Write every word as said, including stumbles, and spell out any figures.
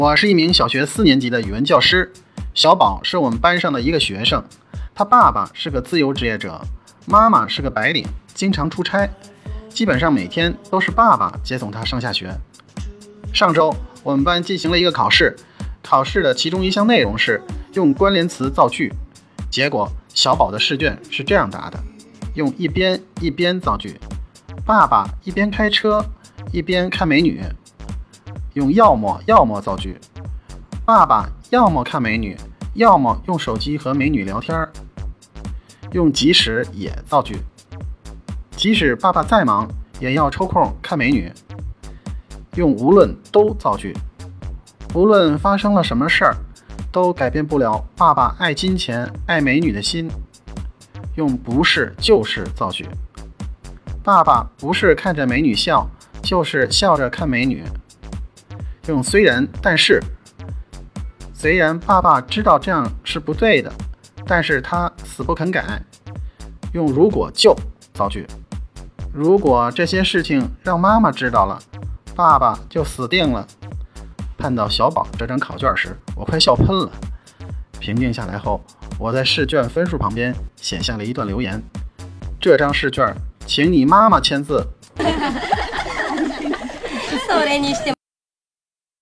我是一名小学四年级的语文教师，小宝是我们班上的一个学生，他爸爸是个自由职业者，妈妈是个白领，经常出差，基本上每天都是爸爸接送他上下学。上周我们班进行了一个考试，考试的其中一项内容是用关联词造句，结果小宝的试卷是这样答的：用一边一边造句，爸爸一边开车一边看美女。用要么要么造句，爸爸要么看美女，要么用手机和美女聊天。用即使也造句，即使爸爸再忙也要抽空看美女。用无论都造句，无论发生了什么事儿都改变不了爸爸爱金钱爱美女的心。用不是就是造句，爸爸不是看着美女笑，就是笑着看美女。用虽然但是，虽然爸爸知道这样是不对的，但是他死不肯改。用如果就造句，如果这些事情让妈妈知道了，爸爸就死定了。看到小宝这张考卷时，我快笑喷了。平静下来后，我在试卷分数旁边写下了一段留言：这张试卷请你妈妈签字。